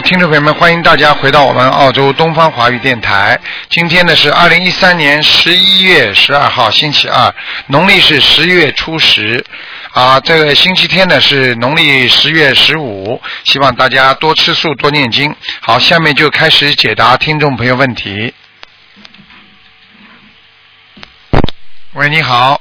听众朋友们，欢迎大家回到我们澳洲东方华语电台。今天呢是2013年11月12号，星期二，农历是10月初10。这个星期天呢是农历10月15，希望大家多吃素，多念经。好，下面就开始解答听众朋友问题。喂，你好。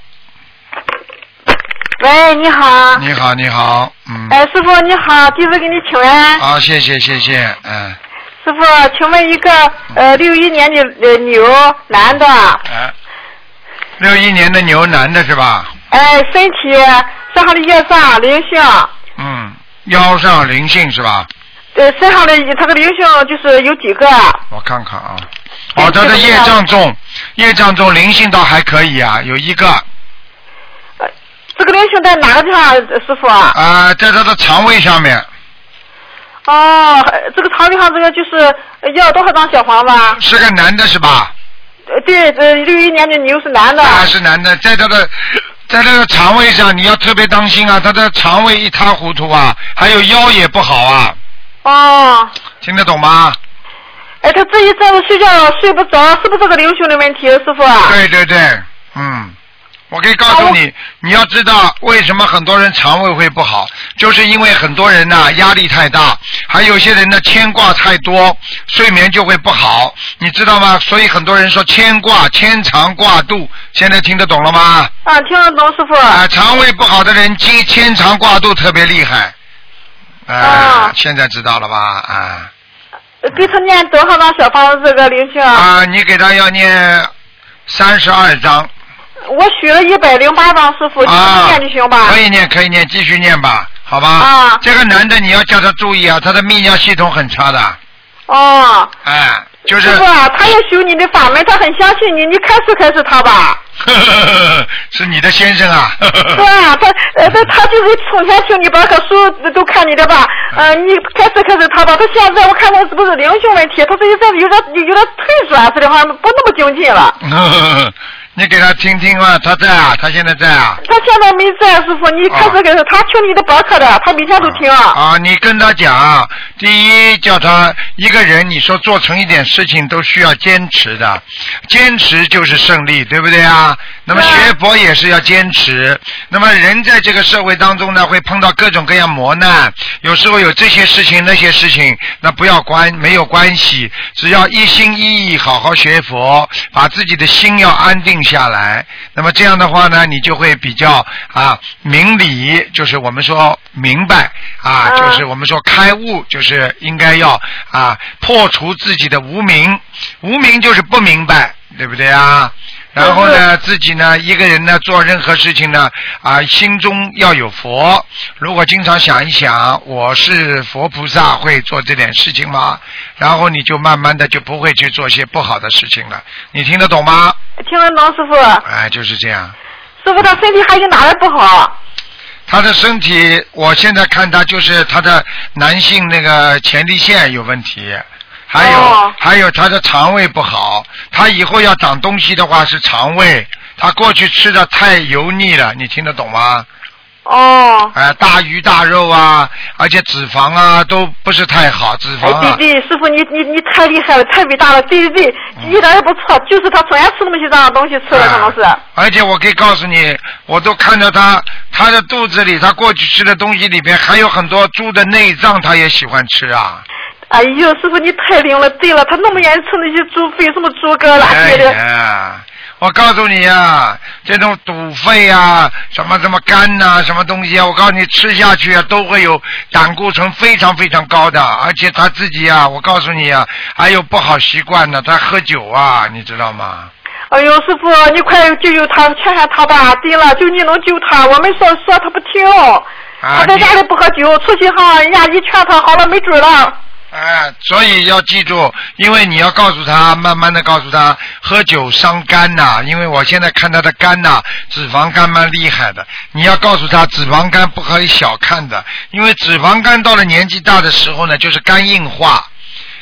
喂，你好。 你好，你好， 师傅你好，弟子给你请安。 好，谢谢，谢谢， 师傅，请问一个61年的牛男的。 61年的牛男的是吧？ 身体身上的业障灵性。 腰上灵性是吧？ 身上的他的灵性就是有几个？ 我看看啊。他的业障中灵性倒还可以啊，有一个。 这个灵性在哪个地方，师傅？ 在他的肠胃上面。 这个肠胃上这个就是要多少张小黄吧？ 是个男的是吧？ 对，61年的牛是男的。 是男的，在他的肠胃上你要特别当心啊，他的肠胃一塌糊涂啊，还有腰也不好啊。听得懂吗？ 他这一阵子睡觉睡不着，是不是这个灵性的问题，师傅？ 对对对，我可以告诉你，你要知道为什么很多人肠胃会不好，就是因为很多人压力太大，还有些人牵挂太多，睡眠就会不好，你知道吗？所以很多人说牵肠挂肚，现在听得懂了吗？ 听得懂，师傅。 肠胃不好的人牵肠挂肚特别厉害。现在知道了吧？ 给他念多少张小房子这个灵性？ 你给他要念32张。 我许了108张，师傅，继续念就行吧？ 可以念，继续念吧，好吧？这个男的你要叫他注意啊，他的泌尿系统很差的。就是。师傅他要修你的法门，他很相信你，你开示他吧。 是你的先生啊？ 对啊，他就是从前听你把个书都看你的吧？你开示他吧。他现在我看他是不是灵性问题？他这一阵子有点退转似的，好像不那么精进了。 你给他听听啊，他在啊，他现在在啊。他现在没在，师傅，你开始给他听你的博客的，他每天都听。 你跟他讲，第一叫他一个人，你说做成一点事情都需要坚持的，坚持就是胜利，对不对啊？那么学佛也是要坚持。那么人在这个社会当中呢，会碰到各种各样磨难，有时候有这些事情那些事情，那没有关系，只要一心一意好好学佛，把自己的心要安定下来，那么这样的话呢，你就会比较明理，就是我们说明白就是我们说开悟，就是应该要破除自己的无明，无明就是不明白，对不对啊？然后呢，自己呢，一个人呢，做任何事情呢，心中要有佛。如果经常想一想，我是佛菩萨，会做这点事情吗？然后你就慢慢的就不会去做些不好的事情了。你听得懂吗？ 听得懂，师傅。 就是这样。师傅，他身体还有哪里不好？ 他的身体，我现在看他就是他的男性那个前列腺有问题。还有他的肠胃不好，他以后要长东西的话是肠胃，他过去吃的太油腻了，你听得懂吗？大鱼大肉而且脂肪都不是太好，脂肪对，师傅你太厉害了，太伟大了，对，一点也不错，就是他从来吃那么些这样的东西吃了可能是。 而且我可以告诉你，我都看到他的肚子里，他过去吃的东西里边还有很多猪的内脏，他也喜欢吃啊。 哎呦，师傅你太灵了！对了，他那么愿意吃那些猪肺，什么猪肝那些的。 我告诉你这种肚肺什么肝什么东西我告诉你吃下去都会有胆固醇非常非常高的，而且他自己我告诉你还有不好习惯呢，他喝酒你知道吗？ 哎呦，师傅你快救他，劝他吧！对了，就你能救他，我们说他不听，他在家里不喝酒，出去人家一劝他好了没准了。 所以要记住，因为你要告诉他，慢慢的告诉他，喝酒伤肝因为我现在看他的肝脂肪肝蛮厉害的，你要告诉他，脂肪肝不可以小看的，因为脂肪肝到了年纪大的时候呢，就是肝硬化。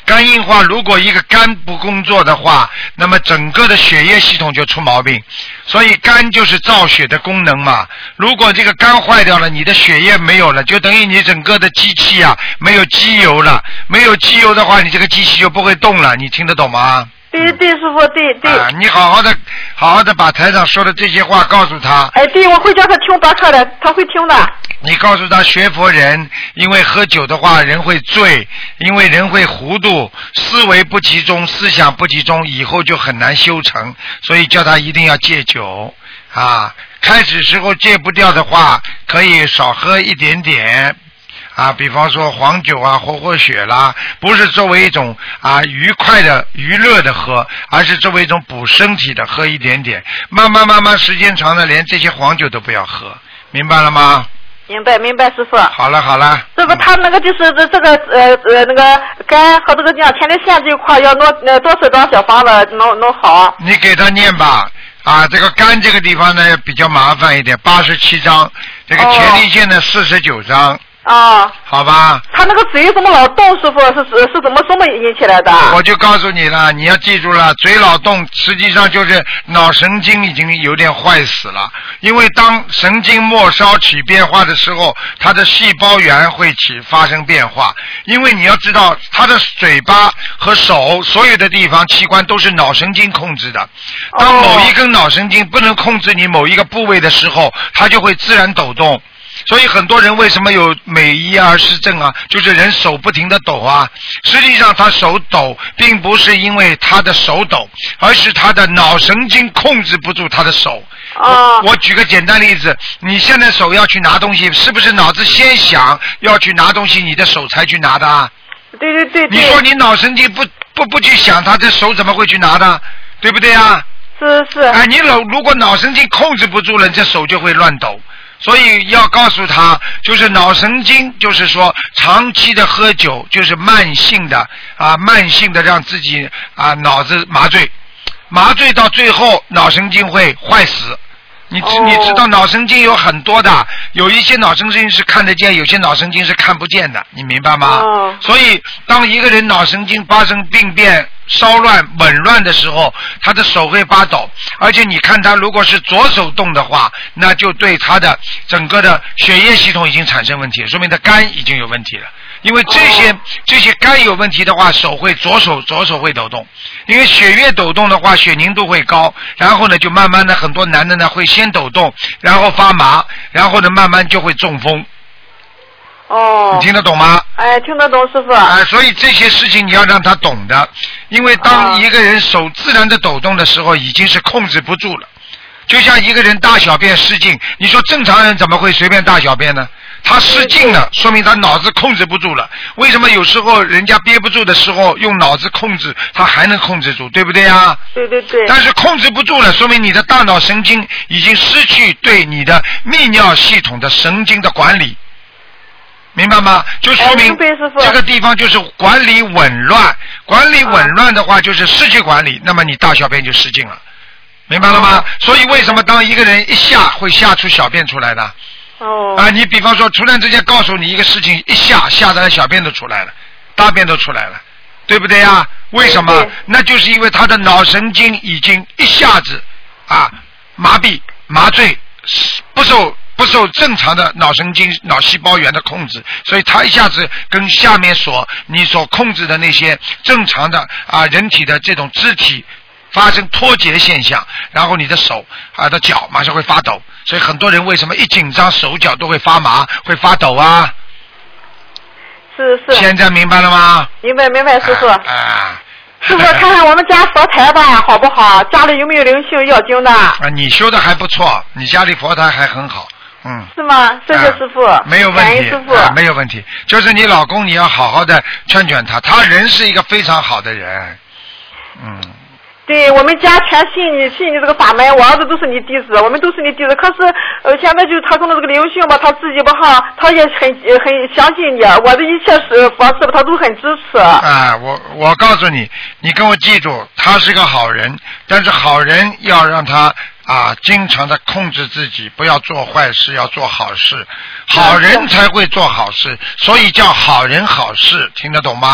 肝硬化，如果一个肝不工作的话，那么整个的血液系统就出毛病。所以肝就是造血的功能嘛。如果这个肝坏掉了，你的血液没有了，就等于你整个的机器啊没有机油了。没有机油的话，你这个机器就不会动了。你听得懂吗？ 对对，师傅，对对。 你好好的把台长说的这些话告诉他。 哎，对，我会叫他听播客的，他会听的。 你告诉他，学佛人因为喝酒的话人会醉，因为人会糊涂，思维不集中，思想不集中，以后就很难修成，所以叫他一定要戒酒啊。开始时候戒不掉的话，可以少喝一点点啊，比方说黄酒啊，活血啦，不是作为一种愉快的娱乐的喝，而是作为一种补身体的喝一点点，慢慢时间长了，连这些黄酒都不要喝，明白了吗？ 明白，师傅。 好了。 师傅，他那个就是这个那个肝和这个前列腺这一块要多少张小房子弄好？ 你给他念吧。这个肝这个地方呢比较麻烦一点，87张，这个前列腺呢49张。好吧。 他那个嘴怎么老动，师傅是怎么引起来的？ 我就告诉你了，你要记住了，嘴老动实际上就是脑神经已经有点坏死了，因为当神经末梢起变化的时候，它的细胞源会发生变化。因为你要知道，他的嘴巴和手所有的地方器官都是脑神经控制的，当某一根脑神经不能控制你某一个部位的时候，它就会自然抖动。所以很多人为什么有美伊尔氏症啊，就是人手不停的抖啊，实际上他手抖并不是因为他的手抖，而是他的脑神经控制不住他的手。我举个简单例子，你现在手要去拿东西，是不是脑子先想要去拿东西，你的手才去拿的啊？ 对。 你说你脑神经不去想，他的手怎么会去拿的？对不对啊？ 是。 你如果脑神经控制不住了，这手就会乱抖。所以要告诉他，就是脑神经，就是说长期的喝酒就是慢性的让自己脑子麻醉到最后脑神经会坏死。你知道脑神经有很多的，有一些脑神经是看得见，有些脑神经是看不见的，你明白吗？所以当一个人脑神经发生病变、骚乱、紊乱的时候，他的手会发抖，而且你看他如果是左手动的话，那就对他的整个的血液系统已经产生问题，说明他肝已经有问题了。因为这些肝有问题的话，左手会抖动，因为血液抖动的话，血凝度会高，然后呢就慢慢的很多男的呢会先抖动，然后发麻，然后呢慢慢就会中风。你听得懂吗？ 听得懂，师傅。 所以这些事情你要让他懂的，因为当一个人手自然的抖动的时候，已经是控制不住了。就像一个人大小便失禁，你说正常人怎么会随便大小便呢？他失禁了，说明他脑子控制不住了。为什么有时候人家憋不住的时候用脑子控制，他还能控制住，对不对啊？ 对。 但是控制不住了，说明你的大脑神经已经失去对你的泌尿系统的神经的管理，明白吗？就说明这个地方就是管理紊乱，管理紊乱的话就是失去管理，那么你大小便就失禁了，明白了吗？所以为什么当一个人一下会吓出小便出来的？你比方说突然之间告诉你一个事情，一吓得小便都出来了，大便都出来了，对不对呀？为什么？那就是因为他的脑神经已经一下子麻醉，不受正常的脑神经脑细胞源的控制，所以他一下子跟下面你所控制的那些正常的人体的这种肢体发生脱节现象，然后你的手的脚马上会发抖，所以很多人为什么一紧张手脚都会发麻会发抖啊？ 是。 现在明白了吗？ 明白，师傅。师傅，看看我们家佛台吧，好不好？家里有没有灵性要经的？ 你修的还不错，你家里佛台还很好。 是吗？谢谢师傅。 没有问题， 师傅。 没有问题。就是你老公，你要好好的劝他，他人是一个非常好的人。 对，我们家全信你这个法门，我儿子都是你弟子，我们都是你弟子。可是现在就是他跟着这个灵性吧，他自己吧他也很相信你，我的一切方式他都很支持。 我告诉你，你跟我记住，他是个好人，但是好人要让他经常的控制自己，不要做坏事，要做好事。好人才会做好事，所以叫好人好事，听得懂吗？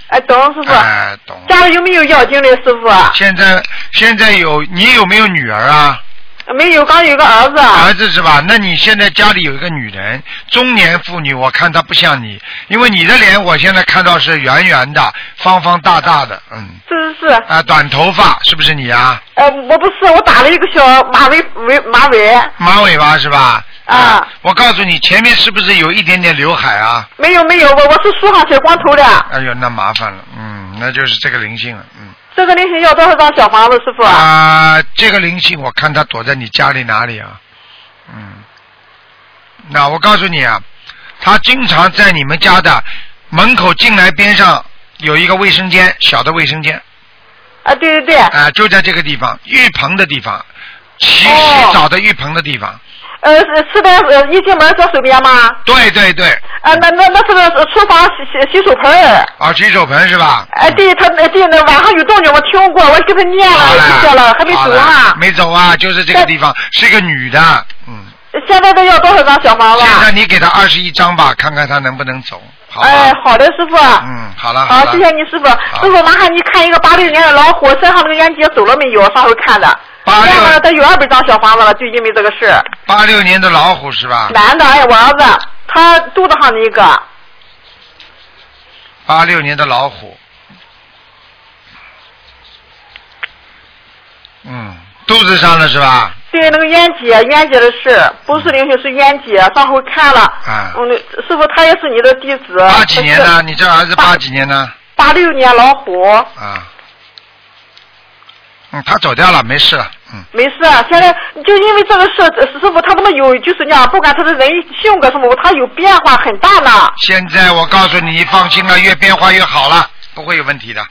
哎，懂师傅。 哎，懂。 家里有没有要经的师傅？ 现在你有没有女儿啊？ 没有，刚有个儿子。 儿子是吧？那你现在家里有一个女人，中年妇女，我看她不像你，因为你的脸我现在看到是圆圆的、方方大大的， 是。 啊，短头发是不是你啊？ 我不是，我打了一个小马尾。 马尾巴是吧？ 啊。 我告诉你，前面是不是有一点点刘海啊？ 没有，我是梳上小光头的。 哎呦，那麻烦了，那就是这个灵性了， 这个灵性要多少张小房子，师傅？ 这个灵性我看他躲在你家里哪里啊？那我告诉你啊，他经常在你们家的门口进来边上有一个卫生间，小的卫生间。 啊，对。 就在这个地方，浴棚的地方，洗澡的浴棚的地方。 是的，一进门左手边吗？ 对。 那是个厨房洗手盆。 洗手盆是吧？ 对，那晚上有动静，我听过，我给他念了一些了，还没走啊。 没走啊，就是这个地方，是个女的， 现在都要多少张小房子？ 现在你给他21张吧，看看他能不能走。好。 好的，师傅。 好了。 好，谢谢你，师傅。师傅，麻烦你看一个86年的老虎身上那个冤结走了没有？上回看的。他有200张小房子了，就因为这个事。 86年的老虎是吧？ 男的，我儿子，他肚子上的一个。 86年的老虎。肚子上的是吧？ 对，那个冤结的事，不是灵性，是冤结。上回看了。师傅，他也是你的弟子。 80几年呢？你这儿子80几年呢 ？86年老虎。 他走掉了，没事了。 没事，现在就因为这个事，师傅他怎么有就是那样，不管他的人性格什么，他有变化很大呢。 现在我告诉你，你放心了，越变化越好了，不会有问题的。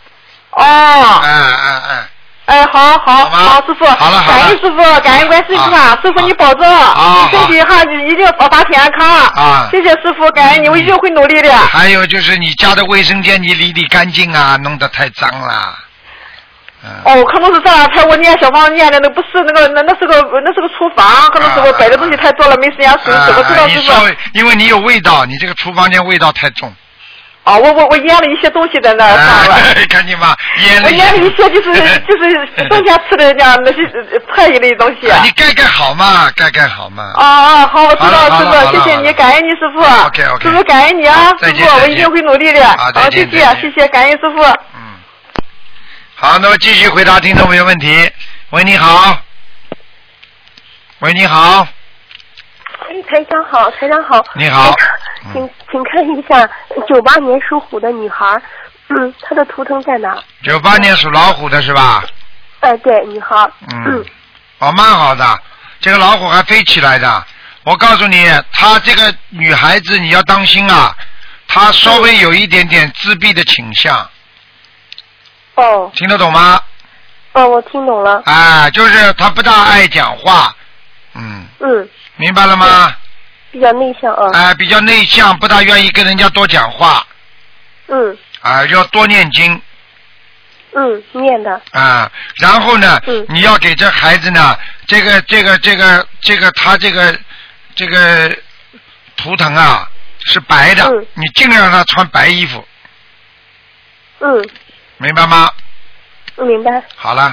好，师傅。 好了。 感恩师傅，感恩观世音菩萨，师傅你保重，你身体一定法体安康。谢谢师傅，感恩你，我一定会努力的。 还有就是你家的卫生间你理干净啊，弄得太脏了。 可能是这两天我念小房念的那不是那是个厨房，可能是我摆的东西太多了，没时间收拾。我知道师傅。 因为你有味道，你这个厨房间味道太重。 我腌了一些东西在那儿放了。 看见吗？ 我腌了一些就是冬天吃的那些菜一类东西。 你盖好嘛，盖好嘛。 好，我知道师傅，谢谢你，感恩你师傅。 OK。 师傅感恩你啊，师傅，我一定会努力的。 好， 谢谢，感恩师傅。 好，那么继续回答听众朋友问题。喂，你好。 台长好。 你好。 请看一下98年属虎的女孩，她的图腾在哪 ？98年属老虎的是吧？ 对，女孩。 蛮好的，这个老虎还飞起来的。我告诉你，她这个女孩子你要当心啊，她稍微有一点点自闭的倾向。听得懂吗？ 我听懂了。 就是她不大爱讲话。明白了吗？ 比较内向啊。 比较内向，不大愿意跟人家多讲话。要多念经。 念的。 然后呢，你要给这孩子呢，这个他这个图腾啊是白的，你尽量让他穿白衣服。明白吗？ 明白。 好了。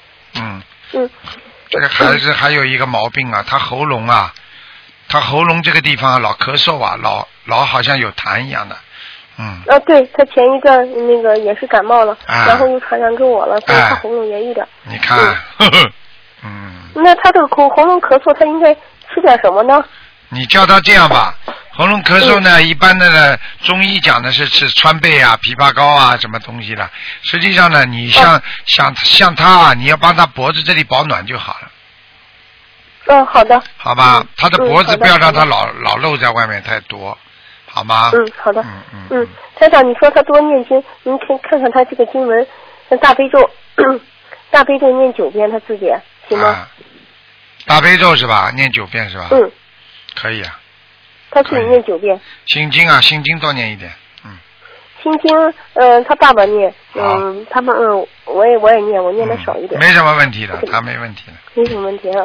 这个孩子还有一个毛病啊，他喉咙这个地方老咳嗽啊，老好像有痰一样的。 对，他前一段那个也是感冒了，然后又传染给我了，所以他喉咙也有点。 你看。 那他这个喉咙咳嗽，他应该吃点什么呢？ 你叫他这样吧。喉咙咳嗽呢，一般的呢，中医讲的是吃川贝啊、枇杷膏啊，什么东西的。实际上呢，你像他啊，你要帮他脖子这里保暖就好了。 好的。 好吧，他的脖子不要让他老露在外面太多，好吗？ 好的。台长，你说他多念经，您看看他这个经文，大悲咒念9遍，他自己行吗？ 大悲咒是吧？念9遍是吧？可以啊。 他自己念9遍。 心经多念一点。 心经，他爸爸念，他们我也念，我念的少一点。 没什么问题的，他没问题的。 没什么问题啊。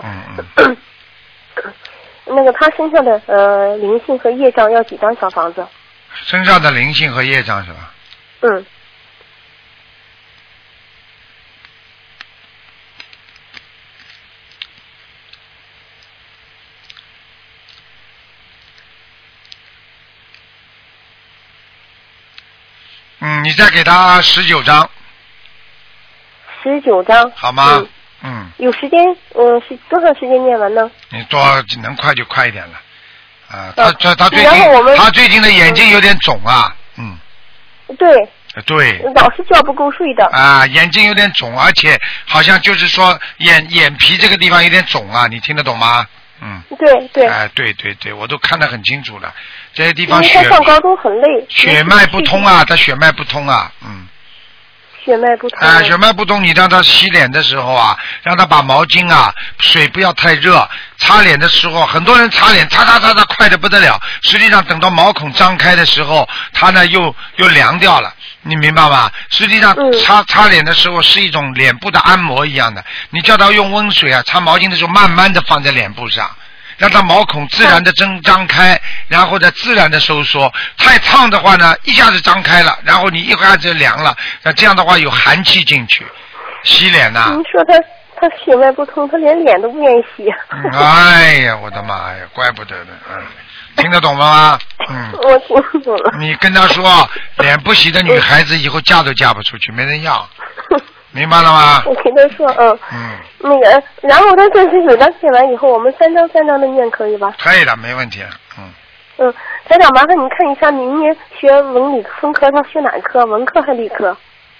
那个他身上的灵性和业障要几张小房子？ 身上的灵性和业障是吧？ 你再给他19张。 19张。 好吗？ 有时间，是多长时间念完呢？ 你能快就快一点了。他最近的眼睛有点肿啊。对， 老是觉不够睡的。 眼睛有点肿，而且好像就是说眼皮这个地方有点肿啊，你听得懂吗？ 对。 对，我都看得很清楚了。这些地方因为他上高中很累。 血脉不通啊，他血脉不通啊， 血脉不通。 血脉不通，你让他洗脸的时候啊，让他把毛巾啊，水不要太热，擦脸的时候，很多人擦脸擦快得不得了，实际上等到毛孔张开的时候，他呢又凉掉了，你明白吗？实际上擦脸的时候是一种脸部的按摩一样的，你叫他用温水啊，擦毛巾的时候慢慢的放在脸部上。让它毛孔自然的张开，然后再自然的收缩。太烫的话呢，一下子张开了，然后你一下子凉了，那这样的话有寒气进去。洗脸呐。 您说他血脉不通，他连脸都不愿意洗。 哎呀，我的妈呀，怪不得的，听得懂了吗？ 我听不懂了。 你跟他说，脸不洗的女孩子以后嫁都嫁不出去，没人要。明白了吗？ 我跟他说，那个，然后他49张写完以后，我们3张3张的念可以吧？ 可以的，没问题。 台长，麻烦你看一下，明年学文理分科，他学哪科？文科还是理科？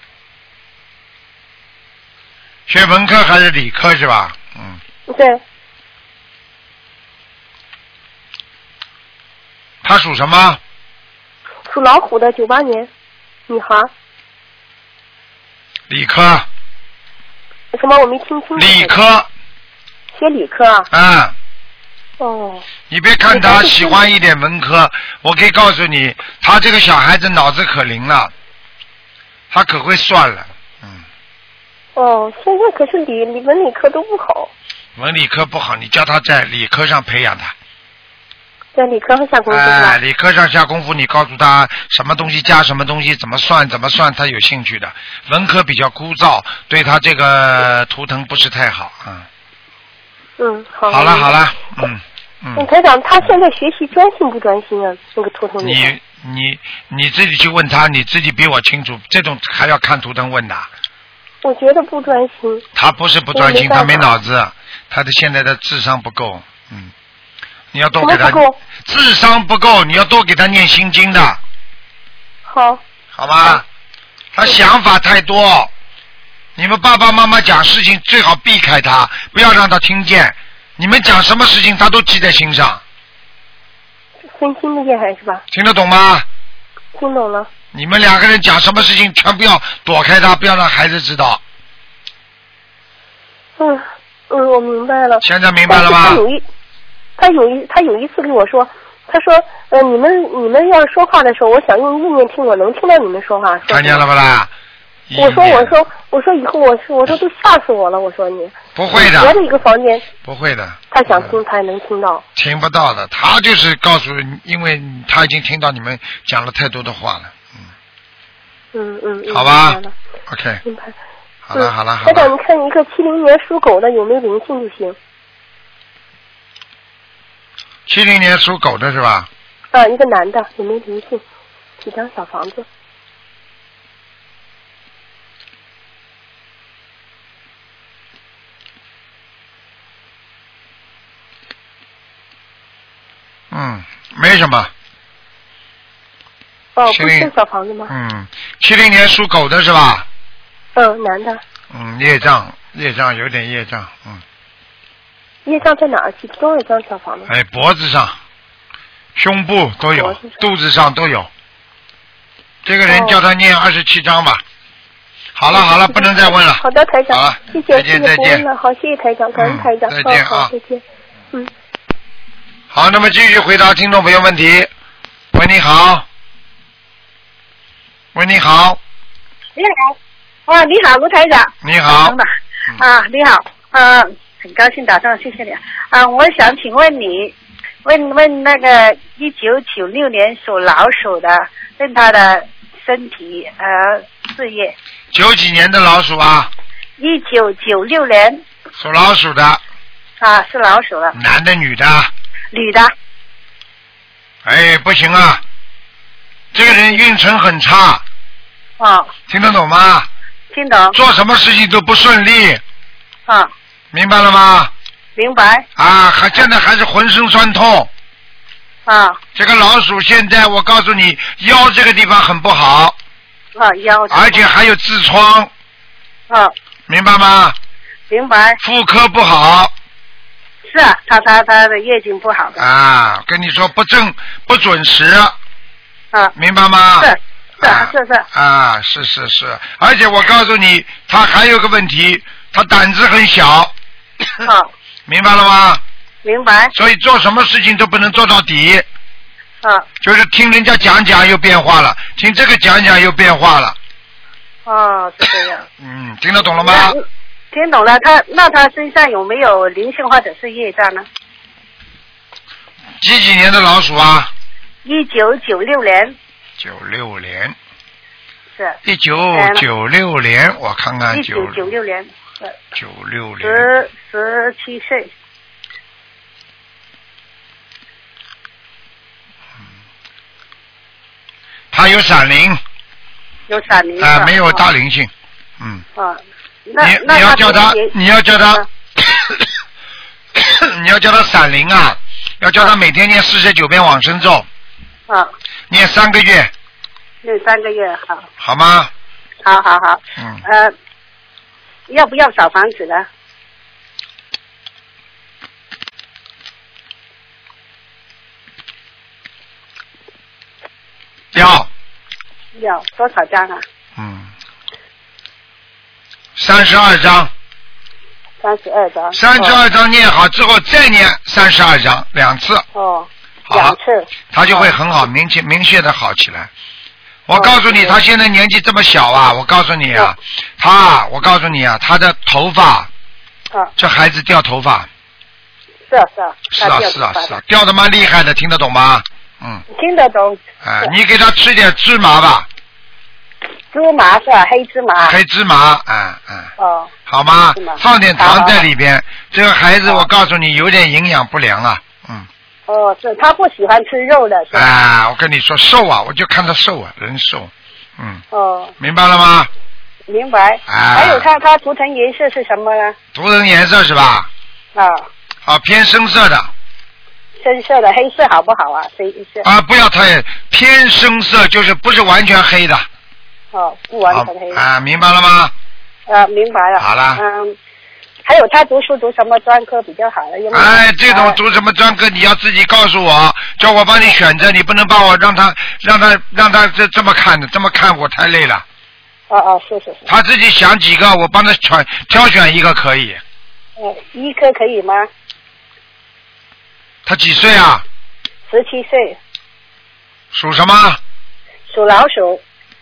学文科还是理科是吧？ 对。 他属什么？ 属老虎的，98年，女孩。 理科。 什么？我没听清楚。 理科。 学理科啊？ 你别看他喜欢一点文科，我可以告诉你，他这个小孩子脑子可灵了，他可会算了。 现在可是文理科都不好。 文理科不好，你叫他在理科上培养他。 在理科上下功夫。 理科上下功夫，你告诉他什么东西加什么东西，怎么算，他有兴趣的。文科比较枯燥，对他这个图腾不是太好好。 好了。 台长，他现在学习专心不专心啊？那个图腾你自己去问他，你自己比我清楚，这种还要看图腾问的。 我觉得不专心。 他不是不专心，他没脑子，他的现在的智商不够。你要多给他智商不够，你要多给他念心经的。好吧。他想法太多，你们爸爸妈妈讲事情最好避开他，不要让他听见。你们讲什么事情他都记在心上。 分心的厉害是吧？ 听得懂吗？ 听懂了。 你们2个人讲什么事情全不要躲开他，不要让孩子知道。 我明白了。 现在明白了吗？ 他有一次跟我说，他说你们要是说话的时候，我想用意念听，我能听到你们说话。 看见了不啦？ 我说以后我说都吓死我了，我说你不会的， 别的一个房间不会的， 他想听他也能听到， 听不到的，他就是告诉，因为他已经听到你们讲了太多的话了。好吧 ，OK， 明白。 好了。 台长，你看一个70年属狗的有没有灵性就行。 70年属狗的是吧？ 一个男的，有没有灵性？几张小房子？ 没什么。 不是小房子吗 ？70年属狗的是吧？ 男的。 业障有点业障。 业障在哪儿？多少张小房子？ 脖子上、胸部都有，肚子上都有。这个人叫他念27章吧。好了，不能再问了。 好的，台长。 好了， 谢谢不问了。好，谢谢台长，感恩台长。 再见啊。 再见。 好，那么继续回答听众朋友问题。喂，你好。 你好。你好，卢台长。 你好。 你好，很高兴打上，谢谢你。我想请问你，问那个1996年属老鼠的，问他的身体事业。 90几年的老鼠啊 ？1996年。 属老鼠的。 是老鼠的。 男的女的？ 女的。 不行啊，这个人运程很差， 啊。 听得懂吗？ 听懂。 做什么事情都不顺利。 啊。 明白了吗？ 明白。 啊，现在还是浑身酸痛。 啊。 这个老鼠现在我告诉你，腰这个地方很不好。 啊，腰。 而且还有痔疮。 啊。 明白吗？ 明白。 妇科不好。 是啊，他的月经不好的。 啊，跟你说不准时。 啊。 明白吗？ 是。是。 啊，是，而且我告诉你，他还有个问题，他胆子很小。 啊。 明白了吗？ 明白。 所以做什么事情都不能做到底。 啊。 就是听人家讲又变化了，听这个讲又变化了。 哦，是这样。 听得懂了吗？ 听懂了。他身上有没有灵性或者是业障呢？ 几年的老鼠啊 ？1996年。 96年。 是。 1996年，我看看。 1996年。 96年。 17岁。 他有闪灵。 有闪灵。 没有大灵性。 你要叫他，你要叫他闪灵啊！要叫他每天念49遍往生咒。 啊。 念3个月。 念3个月，好。 好吗？ 好。要不要小房子呢？要多少张啊 ？32张。 32张。 32张念好之后再念32张，2次。 哦，2次。 他就会很好，明确的好起来。我告诉你，他现在年纪这么小啊！我告诉你啊，他的头发，这孩子掉头发。是啊，掉的蛮厉害的，听得懂吗？ 听得懂。 你给他吃点芝麻吧。 芝麻是吧？黑芝麻。 黑芝麻，好吗？放点糖在里边。这个孩子，我告诉你，有点营养不良啊。 是他不喜欢吃肉的，是吧？ 我跟你说瘦啊，我就看他瘦啊，人瘦。明白了吗？ 明白。还有他图腾颜色是什么呢？ 图腾颜色是吧？偏深色的。 深色的，黑色好不好啊？ 不要太偏深色，就是不是完全黑的。 不完全黑。 明白了吗？ 明白了。 好了。 还有他读书读什么专科比较好的？ 这种读什么专科你要自己告诉我，叫我帮你选择，你不能帮我让他这么看的，这么看我太累了。 是。 他自己想几个，我帮他挑选一个可以。 一科可以吗？ 他几岁啊 ？17岁。 属什么？ 属老鼠。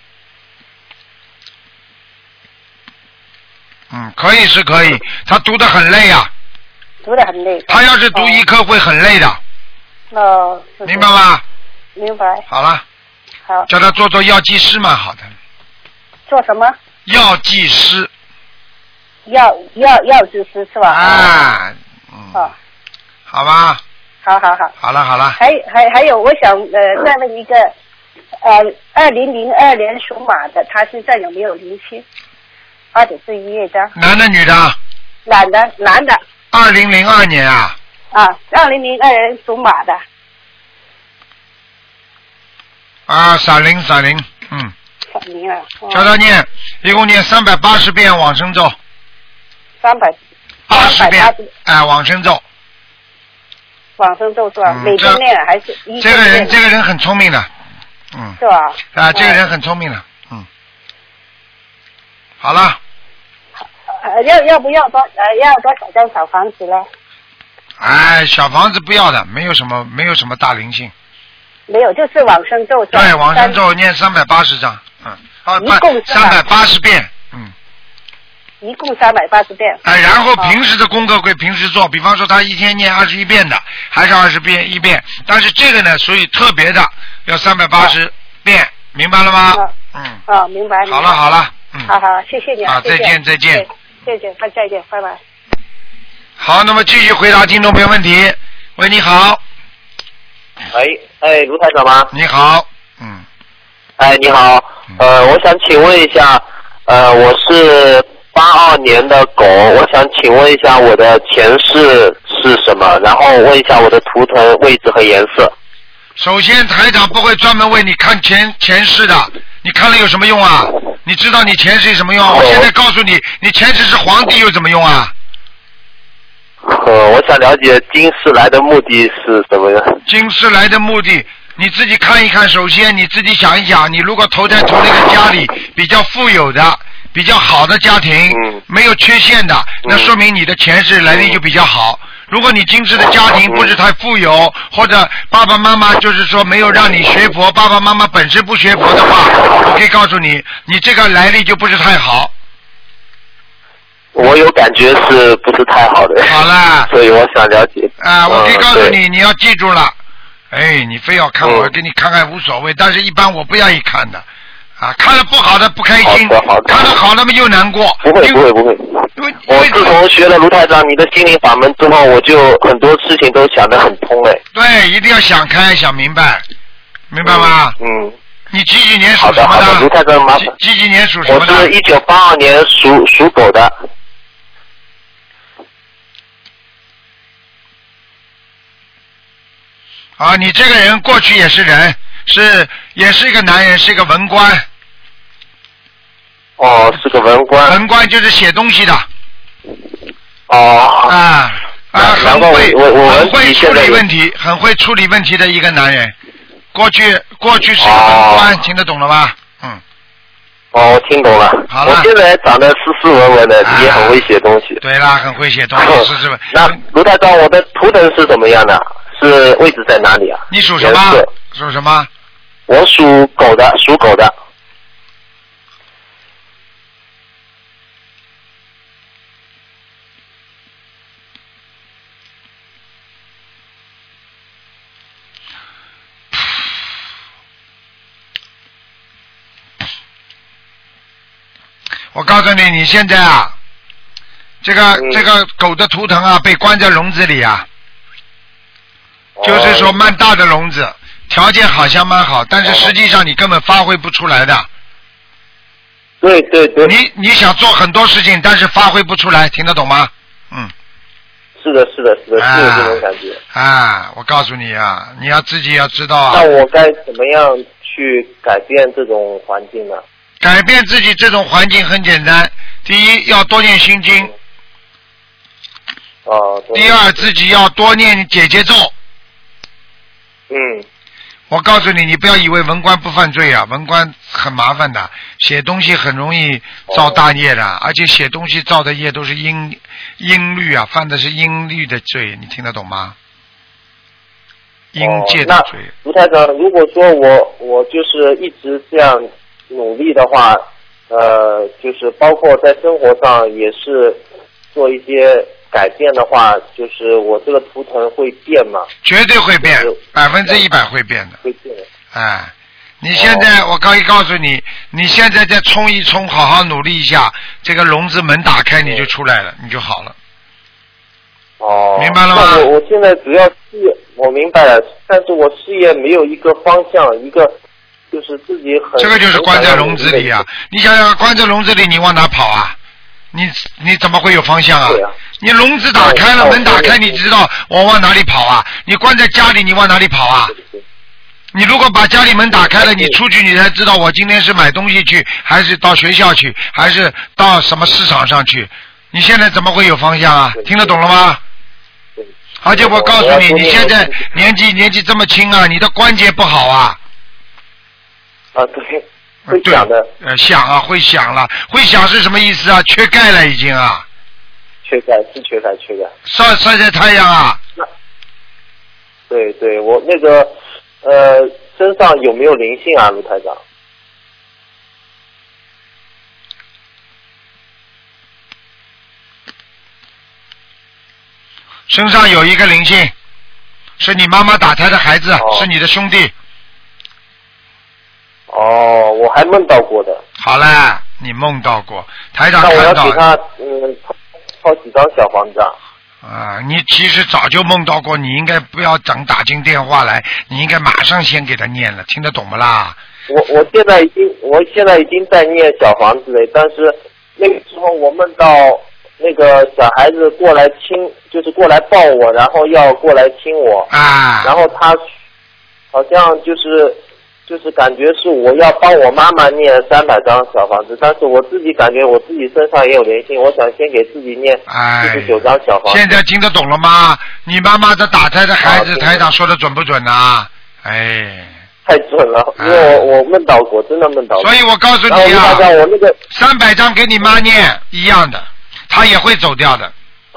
可以是可以，他读得很累啊。 读得很累。 他要是读医科会很累的。明白吗？ 明白。 好了。 好。 叫他做药剂师蛮好的。 做什么？ 药剂师。 药剂师是吧？ 好吧。 好。 好了。 还有，我想再问一个，2002年属马的，他身上有没有灵性？或者是业障？ 男的女的？ 男的。 2002年啊 ？2002年属马的。 闪灵。 闪灵啊。 叫他念，一共念380遍往生咒。380遍。往生咒。 往生咒是吧？每天念还是一天念？ 这个人很聪明的。 是吧？ 这个人很聪明的。好了。 要不要多少张小房子呢？ 小房子不要的，没有什么大灵性。 没有，就是往生咒。 对，往生咒念380张。 一共 380遍。 一共380遍。 然后平时的功课会平时做，比方说他一天念21遍的，还是21遍，但是这个呢属于特别的，要380遍，明白了吗？ 明白。 好了。 好，谢谢你。 再见。再见， 拜拜。 好，那么继续回答听众朋友问题。喂，你好。 卢台长吗？ 你好。 你好。 我想请问一下，我是82年的狗，我想请问一下我的前世是什么，然后问一下我的图腾位置和颜色。 首先，台长不会专门为你看前世的，你看了有什么用啊？你知道你前世有什么用啊？我现在告诉你，你前世是皇帝有怎么用啊？ 我想了解今世来的目的是什么呀？ 今世来的目的，你自己看一看。首先，你自己想一想，你如果投了一个家里比较富有的、比较好的家庭，没有缺陷的，那说明你的前世来历就比较好。如果你今世的家庭不是太富有，或者爸爸妈妈就是说没有让你学佛，爸爸妈妈本身不学佛的话，我可以告诉你，你这个来历就不是太好。 我有感觉是不是太好的？ 好了， 所以我想了解。 我可以告诉你，你要记住了。哎，你非要看我给你看看无所谓，但是一般我不愿意看的。看了不好的不开心，看了好的又难过。 不会。我自从学了卢台长你的心灵法门之后，我就很多事情都想得很通哎。 对，一定要想开想明白，明白吗？你几年属什么的？ 好的，卢台长麻烦。 几年属什么的？ 我是1982年属狗的。 你这个人过去也是人，也是一个男人，是一个文官。 是个文官。 文官就是写东西的。 很会处理问题，很会处理问题的一个男人。过去是一个文官，听得懂了吧？ 我听懂了。 好了。 我现在长得斯斯文文的，也很会写东西。 对啦，很会写东西，是。 那卢台长，我的图腾是怎么样的？是位置在哪里啊？ 你属什么？属什么？ 我属狗的，属狗的。 我告诉你，你现在这个狗的图腾被关在笼子里就是说蛮大的笼子，条件好像蛮好，但是实际上你根本发挥不出来的。 对。 你想做很多事情，但是发挥不出来，听得懂吗？ 是的，是有这种感觉。 我告诉你你要自己要知道那我该怎么样去改变这种环境呢？ 改变自己这种环境很简单，第一要多念心经。第二自己要多念解结咒。我告诉你，你不要以为文官不犯罪文官很麻烦的，写东西很容易造大业的，而且写东西造的业都是阴律犯的是阴律的罪，你听得懂吗？阴界的罪。 卢台长，如果说我就是一直这样努力的话，就是包括在生活上也是做一些改变的话，就是我这个图腾会变吗？ 绝对会变，100%会变的。 会变。 你现在我可以告诉你，你现在再冲一冲，好好努力一下，这个笼子门打开你就出来了，你就好了。明白了吗？ 那我现在主要事业我明白了，但是我事业没有一个方向，一个就是自己很。这个就是关在笼子里你想想，关在笼子里，你往哪跑你怎么会有方向你笼子打开了，门打开，你知道我往哪里跑你关在家里，你往哪里跑你如果把家里门打开了，你出去你才知道我今天是买东西去，还是到学校去，还是到什么市场上去。你现在怎么会有方向听得懂了吗？而且我告诉你，你现在年纪这么轻你的关节不好对。会想的。 会想了，会想是什么意思缺钙了已经缺钙。 晒太阳对，我那个身上有没有灵性卢台长？ 身上有一个灵性，是你妈妈打胎的孩子，是你的兄弟。 我还梦到过的。 好了，你梦到过，台长看到。那我要给他抄几张小房子你其实早就梦到过，你应该不要等打进电话来，你应该马上先给他念了，听得懂不啦？ 我现在已经我现在已经在念小房子了，但是那个时候我梦到那个小孩子过来亲，就是过来抱我，然后要过来亲我，然后他好像就是感觉是我要帮我妈妈念300张小房子，但是我自己感觉我自己身上也有灵性，我想先给自己念49张小房子。 现在听得懂了吗？你妈妈的打胎的孩子，台长说的准不准啊？ 太准了，因为我梦到过，真的梦到过。 所以我告诉你啊，我那个300张给你妈念一样的，她也会走掉的。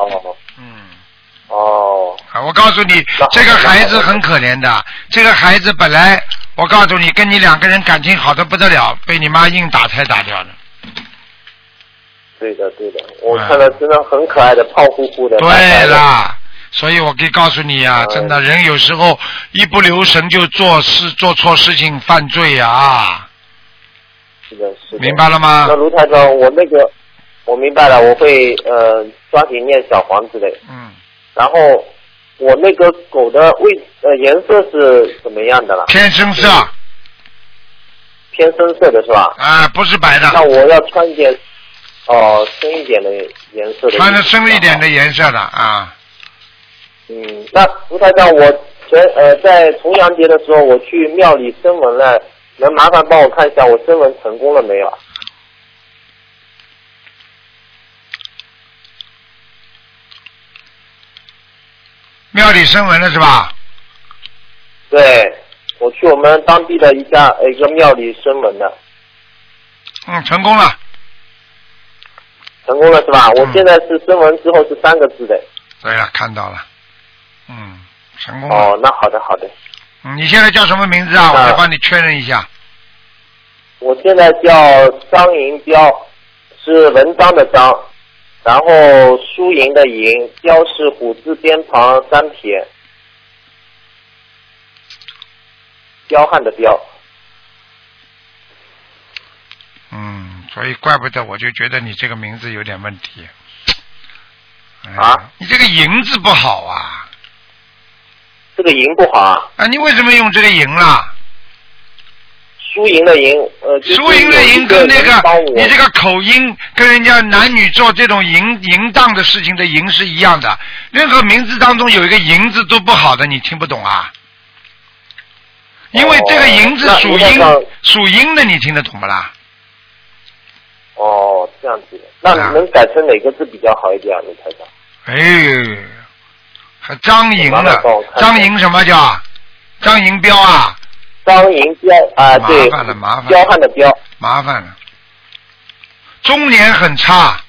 我告诉你，这个孩子很可怜的。这个孩子本来，我告诉你，跟你2个人感情好的不得了，被你妈硬打胎打掉的。 对的，我看到真的很可爱的，胖乎乎的。 对啦，所以我可以告诉你啊，真的人有时候一不留神就做错事情，犯罪啊。 是的。 明白了吗？ 那卢台长，我明白了，我会抓紧念小房子的。然后我那个狗的颜色是怎么样的了？ 偏深色。 偏深色的是吧？ 不是白的。 那我要穿一件深一点的颜色的。 穿着深一点的颜色的啊。 那卢台长，我在重阳节的时候，我去庙里声纹了，能麻烦帮我看一下我声纹成功了没有？ 庙里声纹了是吧？ 对，我去我们当地的一个庙里声纹的。 成功了。 成功了是吧？我现在是声纹之后是3个字的。 对了，看到了。成功了。 那好的。 你现在叫什么名字啊？我再帮你确认一下。 我现在叫张银彪，是文章的章，然后输赢的赢，彪是虎字边旁3撇，彪悍的彪。 所以怪不得我就觉得你这个名字有点问题。你这个银字不好啊。 这个赢不好啊？ 你为什么用这个赢啦？ 输赢的赢， 输赢的赢跟那个你这个口音跟人家男女做这种淫荡的事情的淫是一样的。任何名字当中有一个淫字都不好的，你听不懂啊？因为这个淫字属阴的，你听得懂不啦？ 这样子的，那能改成哪个字比较好一点啊？你台长？ 还张银了，张银什么叫？张银彪啊？ 张银彪对， 麻烦了， 彪悍的彪， 麻烦了。中年很差。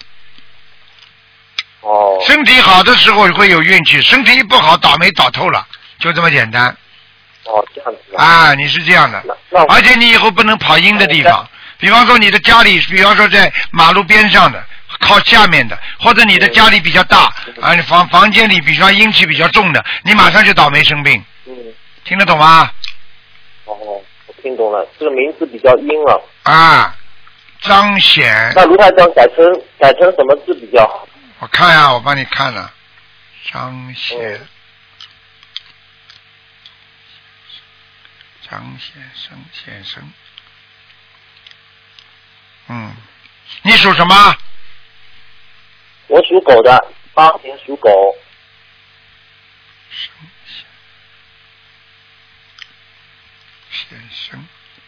身体好的时候会有运气，身体一不好倒霉倒透了，就这么简单。 这样子你是这样的，而且你以后不能跑阴的地方，比方说你的家里，比方说在马路边上的，靠下面的，或者你的家里比较大房间里比方阴气比较重的，你马上就倒霉生病。听得懂吗？ 我听懂了，这个名字比较阴了。 张显。 那卢台长改成什么字比较好？ 我看呀，我帮你看了。张显。张先生。你属什么？ 我属狗的，80年属狗。 先生。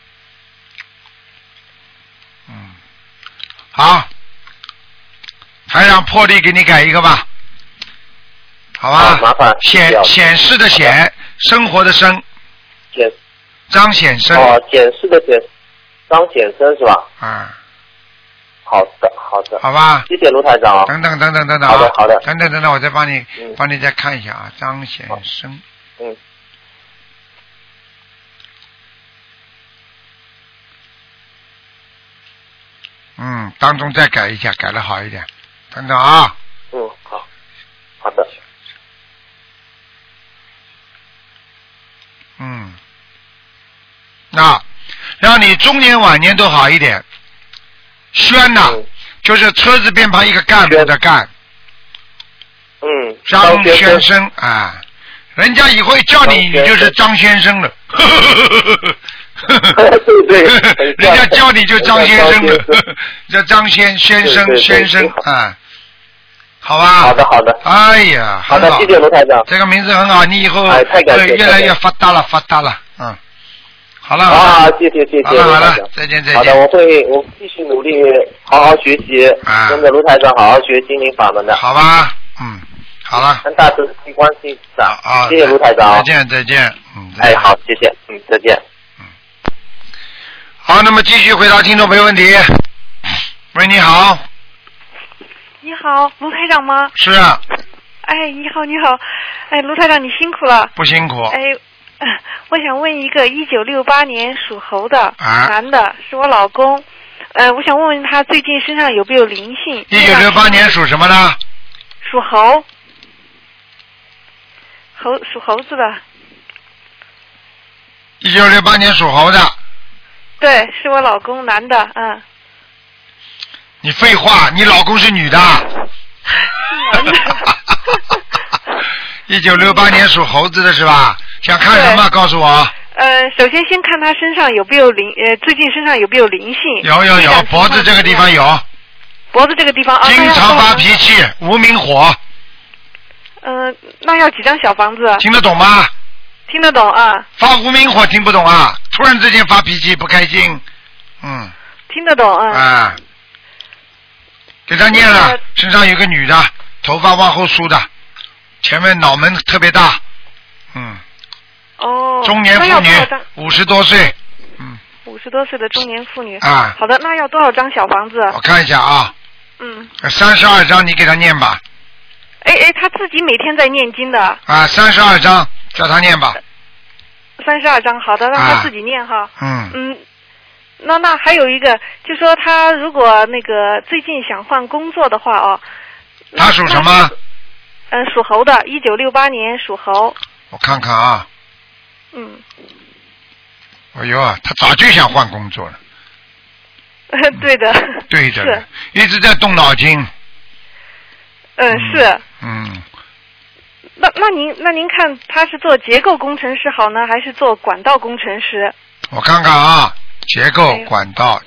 好，台长破例给你改一个吧，好吧？ 麻烦。 显示的显，生活的生。张显生。 显示的显，张显生是吧？好的。 好吧。 谢谢卢台长。 等等。 好的。 等，我再帮你再看一下啊，张显生。当中再改一下，改得好一点。等等啊。 好的。 让你中年晚年都好一点。轩呐，就是车字边旁一个干部的干。张先生人家以后叫你就是张先生了。 对， 人家叫你就张先生了，叫张先生啊，好吧？ 好的。 哎呀， 好的，谢谢卢台长。 这个名字很好，你以后太感谢越来越发达了，嗯。好了， 谢谢， 好了，再见。 好的，我继续努力，好好学习，跟着卢台长好好学心灵法门的。 好吧，好了。 跟大慈观世音菩萨，谢谢卢台长。 再见， 哎，好，谢谢，再见。 好，那么继续回答听众朋友问题。喂，你好。 你好，卢台长吗？ 是啊。 哎，你好，哎，卢台长，你辛苦了。 不辛苦。 哎。我想问一个1968年属猴的男的，是我老公。我想问问他最近身上有没有灵性？1968 年属什么呢？ 属猴，属猴子的。 1968年属猴的。 对，是我老公，男的， 你废话，你老公是女的。 男的。 1968年属猴子的是吧？想看什么？告诉我。 首先看他身上有没有最近身上有没有灵性？ 有，脖子这个地方有。 脖子这个地方经常发脾气，无名火。 那要几张小房子？ 听得懂吗？ 听得懂啊。 发无名火听不懂啊？突然之间发脾气不开心， 听得懂啊。 给他念了，身上有个女的，头发往后梳的，前面脑门特别大，中年妇女，50多岁 ，50多岁的中年妇女。 好的，那要多少张小房子？ 我看一下啊。32张，你给他念吧。 他自己每天在念经的。 32张，叫他念吧。 32张，好的，让他自己念哈。那还有一个，就说他如果那个最近想换工作的话他属什么？ 属猴的，1968年属猴。 我看看啊。哎呦，他早就想换工作了。 对的。 对的。是。一直在动脑筋。 是。那您看他是做结构工程师好呢，还是做管道工程师？ 我看看啊，结构管道。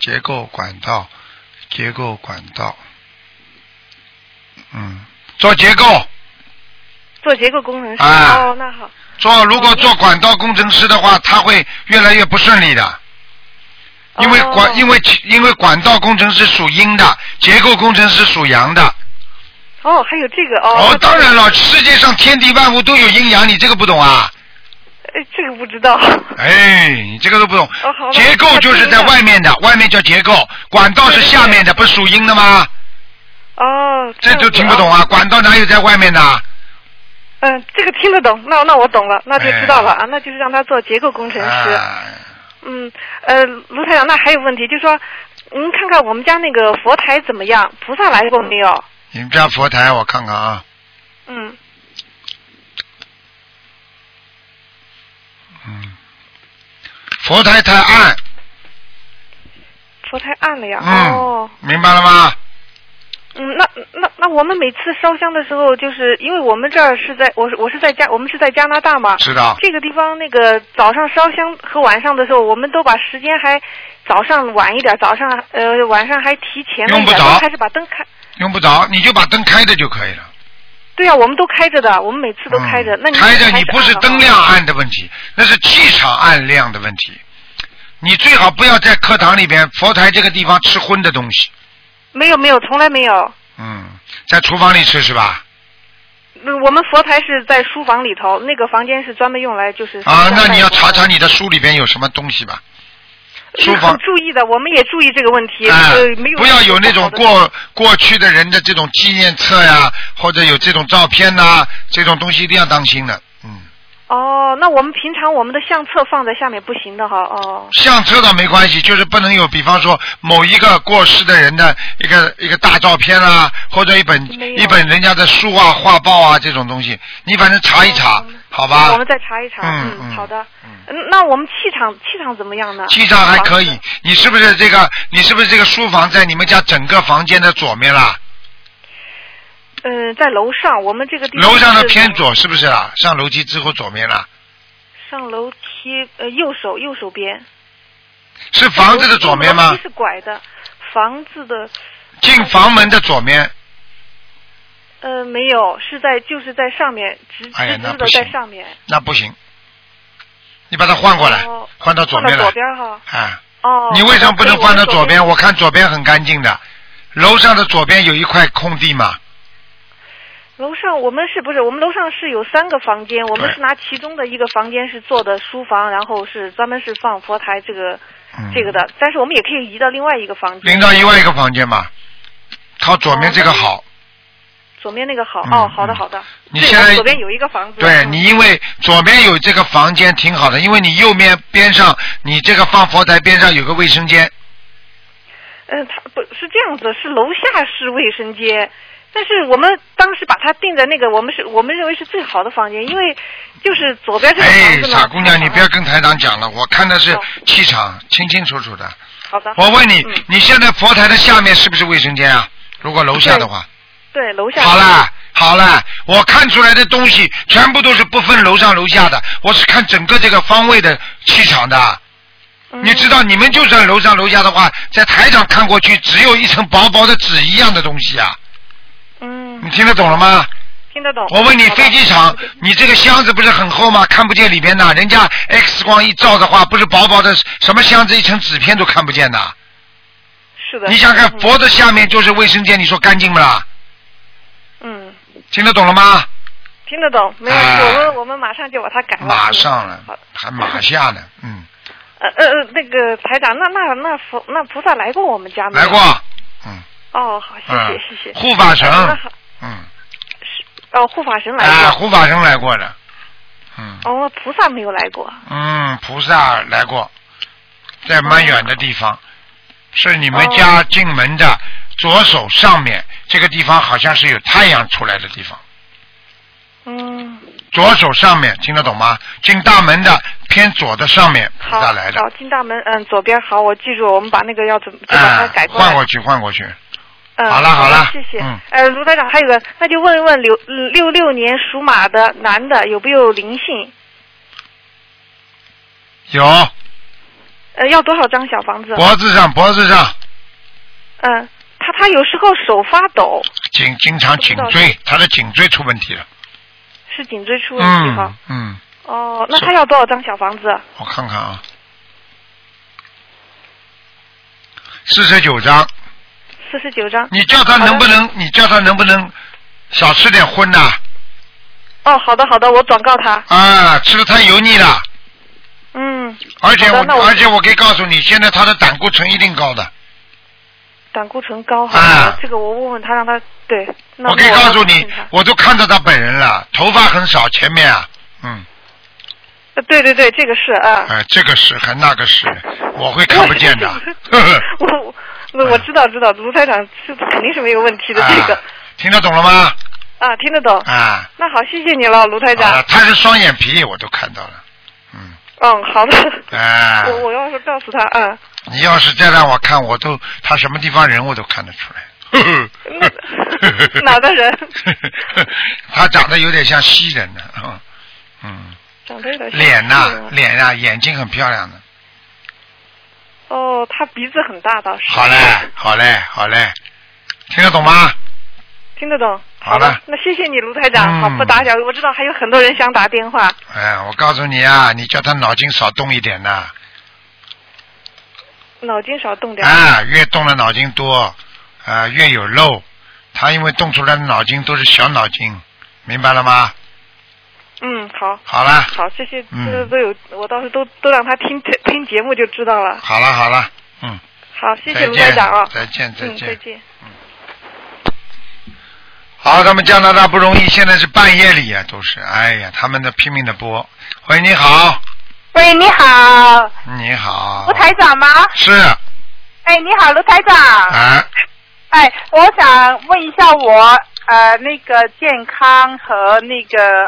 做结构。 做结构工程师。那好。 如果做管道工程师的话，他会越来越不顺利的。因为管道工程师属阴的，结构工程师属阳的。 还有这个当然了，世界上天地万物都有阴阳，你这个不懂啊？ 这个不知道。 你这个都不懂。结构就是在外面的，外面叫结构，管道是下面的，不是属阴的吗？这都听不懂啊？管道哪有在外面的？ 这个听得懂，那我懂了，那就知道了那就是让他做结构工程师。卢台长，那还有问题，就说您看看我们家那个佛台怎么样？菩萨来过没有？ 你们家佛台我看看啊。佛台太暗。 佛台暗了呀。 明白了吗？ 那我们每次烧香的时候，就是因为我们这儿是在我们是在加拿大嘛， 知道。 这个地方那个早上烧香和晚上的时候，我们都把时间还早上晚一点，晚上还提前了一点， 用不着， 还是把灯开。 用不着，你就把灯开着就可以了。 对啊，我们都开着的，我们每次都开着。那你开着，你不是灯亮暗的问题，那是气场暗亮的问题。你最好不要在课堂里边佛台这个地方吃荤的东西。 没有，从来没有。 在厨房里吃是吧？ 我们佛台是在书房里头，那个房间是专门用来就是。 那你要查查你的书里边有什么东西吧。书房注意的，我们也注意这个问题。没有。 不要有那种过去的人的这种纪念册呀，或者有这种照片呐，这种东西一定要当心的。 那我们平常我们的相册放在下面不行的哈。 相册倒没关系，就是不能有，比方说某一个过世的人的一个大照片啦，或者一本人家的书啊、画报啊这种东西，你反正查一查，好吧？ 我们再查一查。好的。那我们气场怎么样呢？ 气场还可以。你是不是这个书房在你们家整个房间的左面啦？ 在楼上，我们这个地方。 楼上的偏左是不是啦？上楼梯之后左面啦？ 上楼梯右手边。 是房子的左面吗？ 楼梯是拐的，房子的。 进房门的左面。 没有，就是在上面，直的在上面。 那不行，你把它换过来，换到左边来。 左边哈。 啊。哦。你为什么不能放到左边？我看左边很干净的，楼上的左边有一块空地嘛。 楼上我们楼上是有3个房间，我们是拿其中的一个房间是做的书房，然后是专门是放佛台这个的，但是我们也可以移到另外一个房间。 移到另外一个房间嘛，靠左面这个好。 左面那个好，好的好的。 你现在左边有一个房子。 对，你因为左边有这个房间挺好的，因为你右面边上，你这个放佛台边上有个卫生间。 它不是这样子，是楼下是卫生间。但是我们当时把它定在那个，我们认为是最好的房间，因为就是左边这个房子呢。 傻姑娘，你不要跟台长讲了，我看的是气场，清清楚楚的。 好的。 我问你，你现在佛台的下面是不是卫生间啊？如果楼下的话。 对，楼下。 好了，我看出来的东西全部都是不分楼上楼下的，我是看整个这个方位的气场的。你知道，你们就算楼上楼下的话，在台上看过去只有一层薄薄的纸一样的东西啊。你听得懂了吗？ 听得懂。 我问你，飞机场，你这个箱子不是很厚吗？看不见里边的，人家 X 光一照的话，不是薄薄的什么箱子，一层纸片都看不见的。 是的。 你想看佛的下面就是卫生间，你说干净不啦？听得懂了吗？ 听得懂，没有，我们马上就把它改了。 马上了，还马下呢， 那个台长，那菩萨来过我们家没有？ 来过， 哦，好，谢谢。 护法神， 护法神来过。 护法神来过的， 菩萨没有来过。 菩萨来过，在蛮远的地方，是你们家进门的左手上面这个地方，好像是有太阳出来的地方。左手上面听得懂吗？进大门的偏左的上面菩萨来的。 好，进大门，左边好，我记住，我们把那个要怎么就把它改过来。 换过去。 好了， 谢谢。卢台长，还有个，那就问一问66年属马的男的有没有灵性？ 有。 要多少张小房子？ 脖子上。 他有时候手发抖。 经常颈椎，他的颈椎出问题了。 是颈椎出问题哈。那他要多少张小房子？ 我看看啊，49张。 49张。 你叫他能不能少吃点荤呐？ 好的，我转告他。 吃的太油腻了。而且我可以告诉你，现在他的胆固醇一定高的。 胆固醇高这个我问问他，让他对。 我可以告诉你，我都看到他本人了，头发很少，前面对，这个是这个是还那个是，我会看不见的。 我知道，卢台长是肯定是没有问题的，这个。 听得懂了吗？ 听得懂。那好，谢谢你了，卢台长。 他是双眼皮，我都看到了。 好的。我要是告诉他你要是再让我看，他什么地方人我都看得出来。 哪的人？ 他长得有点像西人的， 长得有点像脸啊，眼睛很漂亮的。 他鼻子很大倒是。 好嘞，听得懂吗？ 听得懂。 好的， 那谢谢你，卢台长。好，不打搅，我知道还有很多人想打电话。 我告诉你啊，你叫他脑筋少动一点呐。 脑筋少动点。 越动的脑筋多，越有漏。他因为动出来的脑筋都是小脑筋，明白了吗？ 好。 好了。 好，这些都有，我倒是都让他听节目就知道了。 好了。 好，谢谢卢台长再见。 再见。 好，他们加拿大不容易，现在是半夜里都是，他们的拼命的播。喂，你好。 喂，你好。 你好。 卢台长吗？ 是。 你好，卢台长。我想问一下我那个健康和那个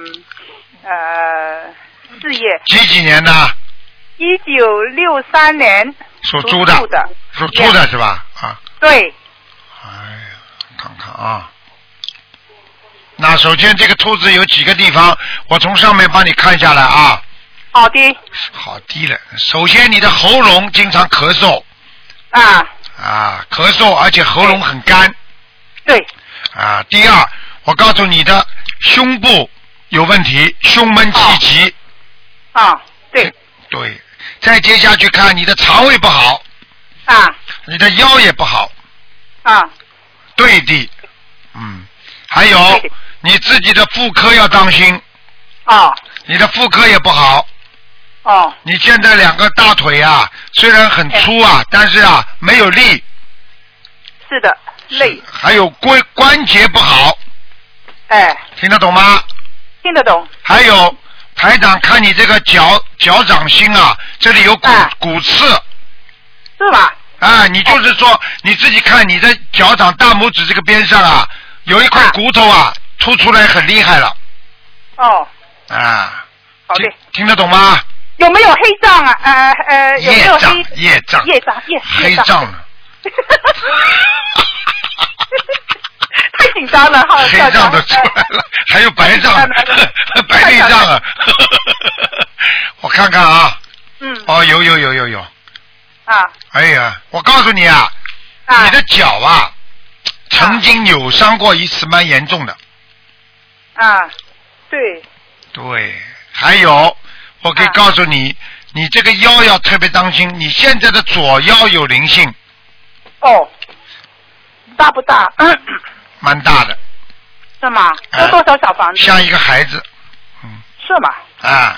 事业。 几年的 ？1963年。 属猪的。属猪的是吧？ 对。 看看啊。那首先这个兔子有几个地方，我从上面帮你看下来啊。 好的。 好低了。首先，你的喉咙经常咳嗽。咳嗽，而且喉咙很干。 对。 第二，我告诉你的胸部有问题，胸闷气急。 对。 对。再接下去看你的肠胃不好。你的腰也不好。对的。还有你自己的妇科要当心。你的妇科也不好。你现在2个大腿虽然很粗但是没有力。 是的，累。 还有关节不好。听得懂吗？ 听得懂。 还有台长看你这个脚掌心这里有骨刺。 是吧？ 你就是说你自己看你的脚掌大拇指这个边上有一块骨头凸出来很厉害了。 好的。 听得懂吗？ 有没有黑障有没有业障黑障了。 太紧张了黑障都出来了，还有白障，白内障我看看有。哎呀，我告诉你你的脚曾经扭伤过一次，蛮严重的。对，还有我可以告诉你，你这个腰要特别当心，你现在的左腰有灵性。 大不大？ 蛮大的。 是吗？有多少小房子？ 像一个孩子。 是吗？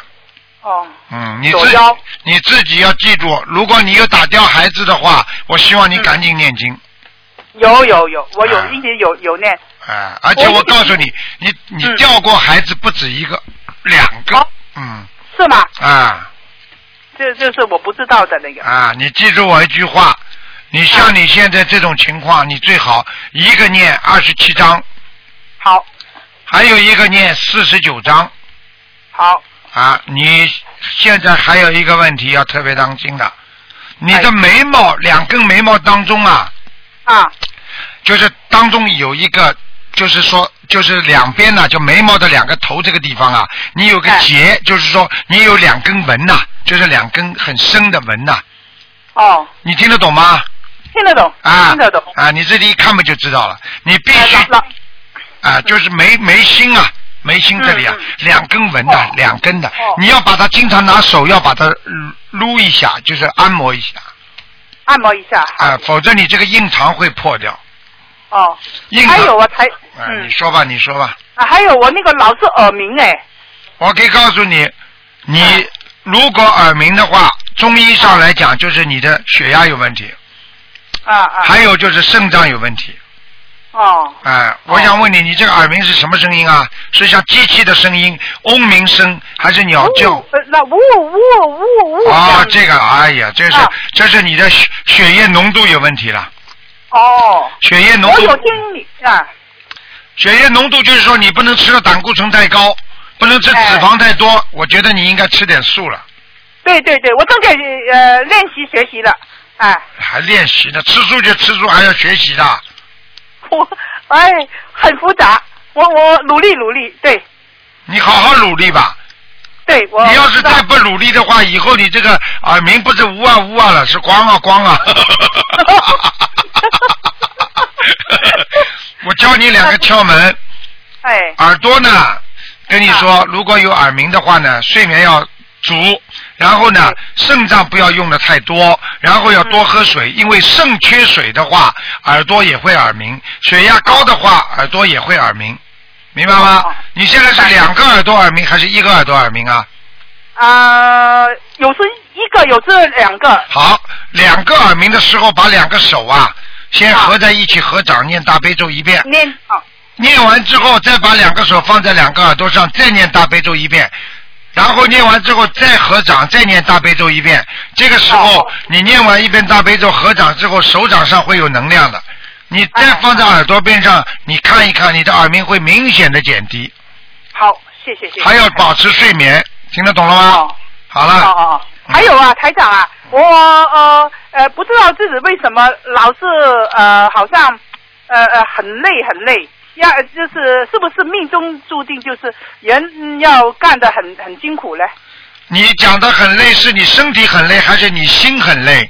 你自己要记住，如果你有打掉孩子的话，我希望你赶紧念经。 有，我一直有念。 而且我告诉你，你掉过孩子不止一个，2个。 是吗？这就是我不知道的那个。 你记住我一句话，你像你现在这种情况，你最好一个念27章。 好。 还有一个念49章。 好。 你现在还有一个问题要特别当心的，你的眉毛2根眉毛当中就是当中有一个，就是说就是两边就眉毛的2个头这个地方你有个结，就是说你有2根纹就是2根很深的纹你听得懂吗？ 听得懂。听得懂。 你这里一看嘛就知道了，你必须就是眉心眉心这里2根纹的，2根的，你要把它经常拿手要把它撸一下，就是按摩一下。 按摩一下。 否则你这个印堂会破掉。 还有你说吧。 还有我那个老是耳鸣我可以告诉你，你如果耳鸣的话，中医上来讲就是你的血压有问题。还有就是肾脏有问题。我想问你，你这个耳鸣是什么声音是像机器的声音、嗡鸣声，还是鸟叫？ 那呜。 这个哎呀，这是你的血液浓度有问题了。血液浓度。我有听你血液浓度就是说你不能吃的胆固醇太高，不能吃脂肪太多。我觉得你应该吃点素了。 对，我正在练习学习的。 还练习呢？吃素就吃素，还要学习的。 很复杂，我努力，对。 你好好努力吧。 对， 你要是再不努力的话，以后你这个耳鸣不是呜了，是光。我教你2个窍门。耳朵呢，跟你说，如果有耳鸣的话呢，睡眠要足，然后呢，肾脏不要用的太多，然后要多喝水，因为肾缺水的话，耳朵也会耳鸣；血压高的话，耳朵也会耳鸣，明白吗？你现在是2个耳朵耳鸣还是1个耳朵耳鸣有时1个，有时2个。 好，2个耳鸣的时候，把2个手先合在一起合掌，念大悲咒1遍。念完之后，再把2个手放在2个耳朵上，再念大悲咒1遍。然后念完之后再合掌，再念大悲咒1遍。这个时候你念完1遍大悲咒，合掌之后手掌上会有能量的。你再放在耳朵边上，你看一看，你的耳鸣会明显的减低。 好，谢谢。 还要保持睡眠，听得懂了吗？好了。 还有台长我不知道自己为什么老是好像很累。就是不是命中注定就是人要干得很辛苦呢？ 你讲的很累，是你身体很累，还是你心很累？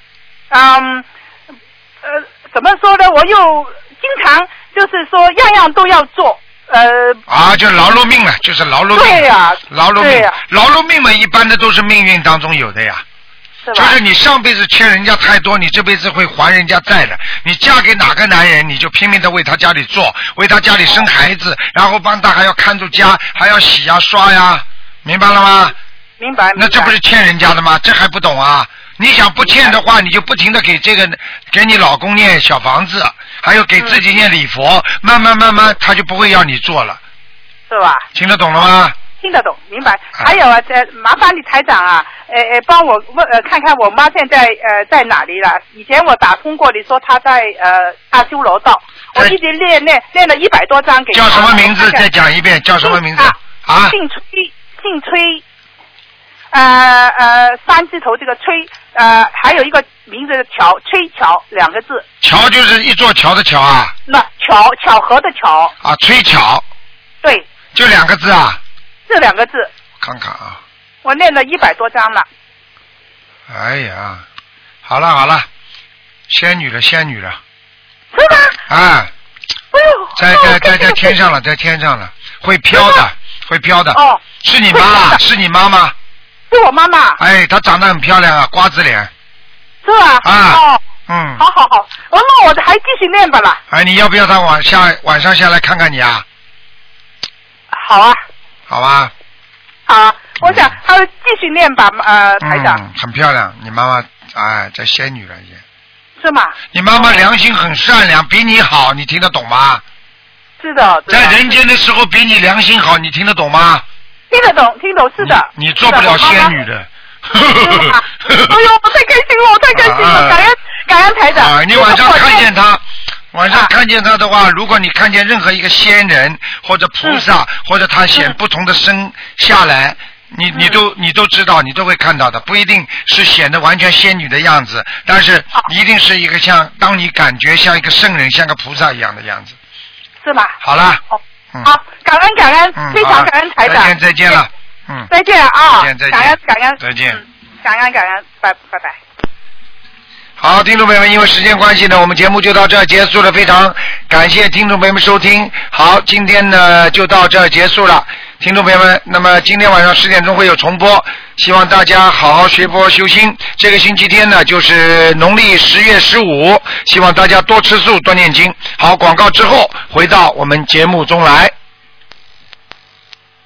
怎么说呢？我又经常就是说样样都要做。 就劳碌命了，就是劳碌命。 对呀， 劳碌命，劳碌命嘛，一般的都是命运当中有的呀。 是吧？ 就是你上辈子欠人家太多，你这辈子会还人家债的。你嫁给哪个男人，你就拼命的为他家里做，为他家里生孩子，然后帮他还要看住家，还要洗呀刷呀，明白了吗？ 明白。 那这不是欠人家的吗？这还不懂啊？你想不欠的话，你就不停的给你老公念小房子，还有给自己念礼佛，慢慢他就不会要你做了， 是吧？ 听得懂了吗？ 听得懂，明白。还有麻烦你台长啊，帮我看看我妈现在在哪里了？以前我打通过，你说她在阿修罗道，我一直练了100多张给她。 叫什么名字？再讲一遍，叫什么名字？ 姓崔，3字头这个崔，还有一个名字乔，崔乔2个字。 乔就是一座桥的桥啊。 那巧合的巧。 啊，崔乔。 对。 就2个字啊。 这2个字。 看看啊。 我练了100多张了。 哎呀，好了，仙女了。是吗？ 哎呦。在天上了，在天上了，会飘的。哦。是你妈？是你妈妈？ 是我妈妈。 哎，她长得很漂亮啊，瓜子脸。 是吧？ 哦。 好。那我还继续练吧啦。 哎，你要不要她晚上下来看看你啊？ 好啊。 好吧。 好啊，我想她继续练吧，台长。 很漂亮，你妈妈在仙女了已经。 是吗？ 你妈妈良心很善良，比你好，你听得懂吗？ 是的。 在人间的时候比你良心好，你听得懂吗？ 听得懂，是的。 你做不了仙女的。 哎呦，我太开心了，感恩台长。 你晚上看见他，的话，如果你看见任何一个仙人或者菩萨，或者他显不同的身下来，你都知道，你都会看到的，不一定是显得完全仙女的样子，但是一定是一个当你感觉像一个圣人，像个菩萨一样的样子。是吗？好了。 好，感恩，非常感恩台长。 再见了。 再见啊！ 再见， 感恩， 再见。 感恩，拜拜。 好，听众朋友们，因为时间关系呢，我们节目就到这儿结束了。非常感谢听众朋友们收听。好，今天呢就到这儿结束了，听众朋友们。那么今天晚上10点钟会有重播，希望大家好好学佛修心。这个星期天呢就是农历10月15，希望大家多吃素，多念经。好，广告之后回到我们节目中来。